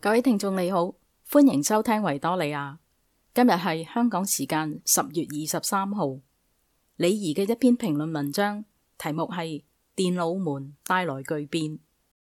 各位聽眾你好，歡迎收聽維多利亞。今日係香港時間10月23號，李怡嘅一篇評論文章，題目係電腦門帶來巨變。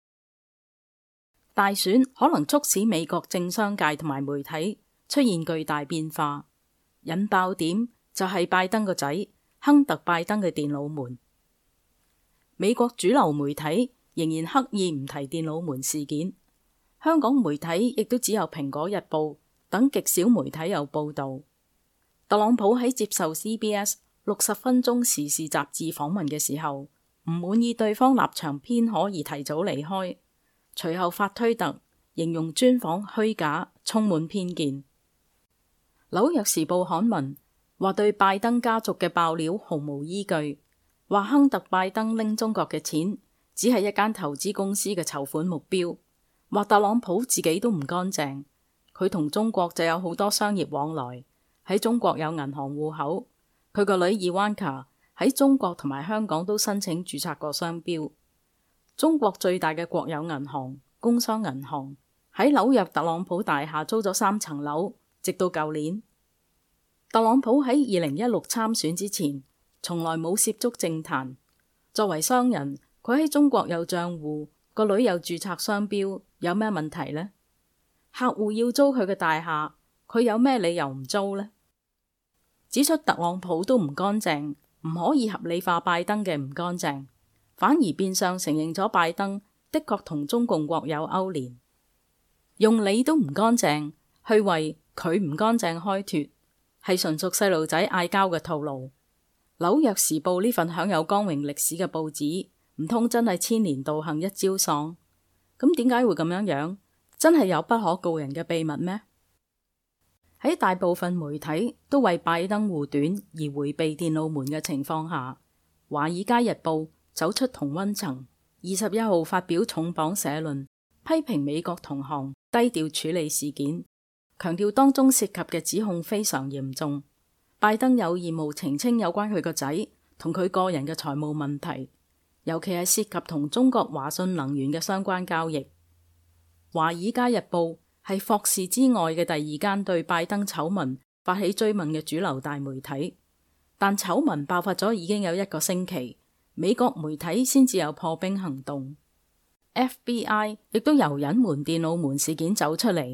大選可能促使美國政商界同埋媒體出現巨大變化，引爆點就係拜登個仔亨特拜登嘅電腦門。美國主流媒體仍然刻意唔提電腦門事件，香港媒體亦都只有蘋果日報等極少媒體有報道。特朗普喺接受 CBS 60分鐘時事雜誌訪問嘅時候，唔滿意對方立場偏頗而提早離開，隨後發推特形容專訪虛假，充滿偏見。紐約時報刊文話對拜登家族嘅爆料毫無依據，話亨特拜登拎中國嘅錢只係一間投資公司嘅籌款目標，話特朗普自己都唔乾淨，佢同中國就有好多商業往來，喺中國有銀行戶口，佢個女伊萬卡喺中國同埋香港都申請註冊過商標。中國最大嘅國有銀行工商銀行喺紐約特朗普大廈租咗3層樓，直到舊年。特朗普喺2016參選之前從來冇涉足政壇，作為商人，佢喺中國有賬戶，個女有註冊商標，有咩問題呢？客戶要租佢嘅大廈，佢有咩理由唔租呢？指出特朗普都唔乾淨，唔可以合理化拜登嘅唔乾淨，反而變相承認咗拜登的確同中共國有勾連，用你都唔乾淨去為佢唔乾淨開脫，係純屬細路仔嗌交嘅套路。紐約時報呢份享有光榮歷史嘅報紙，唔通真係千年道行一朝喪？咁點解會咁樣？真係有不可告人嘅秘密咩？喺大部分媒體都為拜登護短而迴避電腦門嘅情況下，華爾街日報走出同溫層，21號發表重磅社論，批評美國同行低調處理事件，強調當中涉及嘅指控非常嚴重，拜登有義務澄清有關佢個仔同佢個人嘅財務問題，尤其係涉及同中國華信能源嘅相關交易。華爾街日報係霍士之外嘅第2間對拜登醜聞發起追問嘅主流大媒體，但醜聞爆發咗已經有1個星期，美國媒體先至有破冰行動。FBI 亦都由隱瞞電腦門事件走出嚟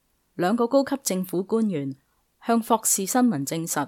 ，2個高級政府官員向霍士新聞證實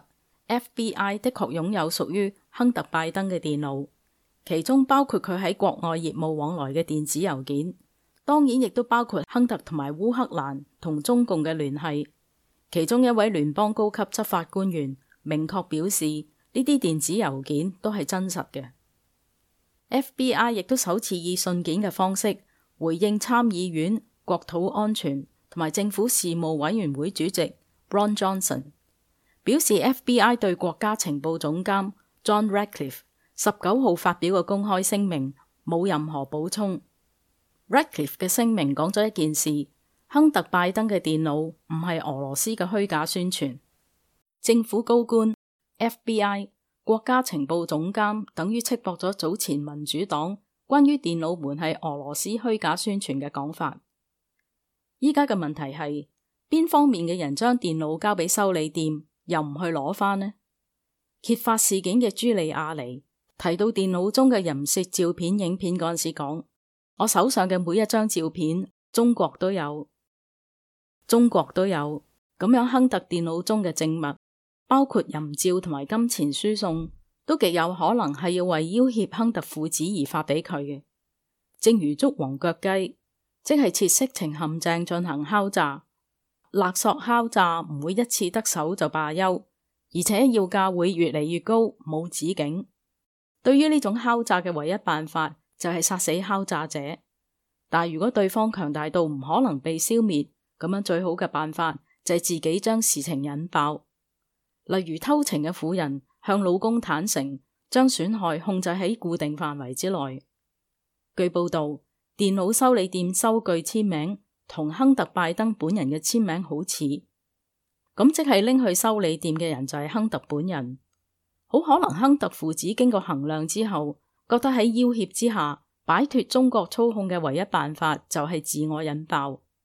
FBI 的確擁有屬於亨特拜登嘅電腦，其中包括佢喺國外業務往來嘅電子郵件，當然亦都包括亨特同埋烏克蘭同中共嘅聯繫。其中一位聯邦高級執法官員明確表示，呢啲電子郵件都係真實嘅。FBI 亦都首次以信件嘅方式回應參議院國土安全同埋政府事務委員會主席 Ron Johnson， 表示 FBI 對國家情報總監 John Ratcliffe 19號發表嘅公開聲明冇任何補充。Ratcliffe 嘅聲明講咗一件事：亨特拜登嘅電腦唔係俄羅斯嘅虛假宣傳。政府高官、FBI、國家情報總監等於斥駁咗早前民主黨關於電腦門係俄羅斯虛假宣傳嘅講法。依家嘅問題係邊方面嘅人將電腦交俾修理店，又唔去攞返呢？揭發事件嘅朱利亞尼提到電腦中嘅淫褻照片、影片嗰陣時講：我手上嘅每一張照片，中國都有。咁樣亨特電腦中嘅證物，包括淫照同埋金錢輸送，都極有可能係要為要挾亨特父子而發俾佢嘅。正如捉黃腳雞，即係設色情陷阱進行敲詐。勒索敲詐唔會一次得手就罷休，而且要價會越嚟越高，冇止境。對於呢種敲詐嘅唯一辦法就係殺死敲詐者，但如果對方強大到唔可能被消滅，咁樣最好嘅辦法就係自己將事情引爆。例如偷情嘅婦人向老公坦誠，將損害控制喺固定範圍之內。據報道，電腦修理店收據簽名同亨特拜登本人嘅簽名好似，咁即係拎去修理店嘅人就係亨特本人。好可能亨特父子經過衡量之後，覺得喺要挾之下擺脫中國操控嘅唯一辦法就係自我引爆。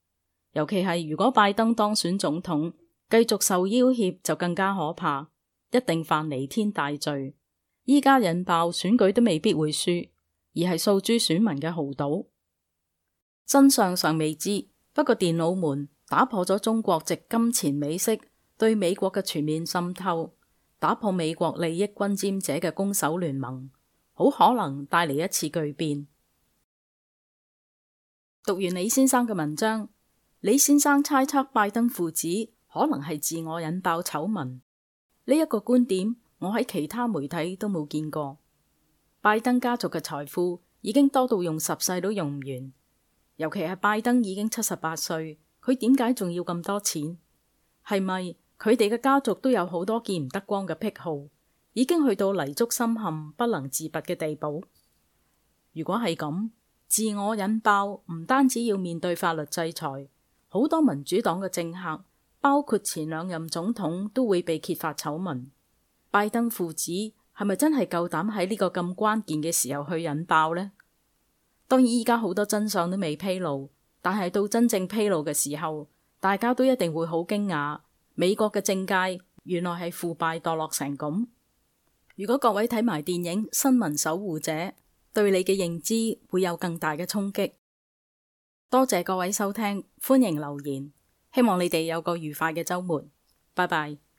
尤其係如果拜登當選總統，繼續受要挾就更加可怕，一定犯彌天大罪。依家引爆選舉都未必會輸，而係訴諸選民嘅豪賭。真相尚未知，不過電腦門打破咗中國藉金錢美色對美國嘅全面滲透，打破美國利益均沾者嘅攻守聯盟，好可能帶嚟一次巨變。讀完李先生嘅文章，李先生猜測拜登父子可能係自我引爆醜聞，呢一個觀點我喺其他媒體都冇見過。拜登家族嘅財富已經多到用10世都用唔完，尤其係拜登已經78歲，佢點解仲要咁多錢？係咪佢哋嘅家族都有好多見唔得光嘅癖好，已經去到泥足深陷不能自拔嘅地步？如果係咁，自我引爆唔單止要面對法律制裁，好多民主黨嘅政客，包括前2任總統都會被揭發醜聞。拜登父子係咪真係夠膽喺呢個咁關鍵嘅時候去引爆呢？當然依家好多真相都未披露，但係到真正披露嘅時候，大家都一定會好驚訝，美國嘅政界原來係腐敗墮落成咁。如果各位睇埋電影《新聞守護者》，對你嘅認知會有更大嘅衝擊。多謝各位收聽，歡迎留言，希望你哋有個愉快嘅週末。拜拜。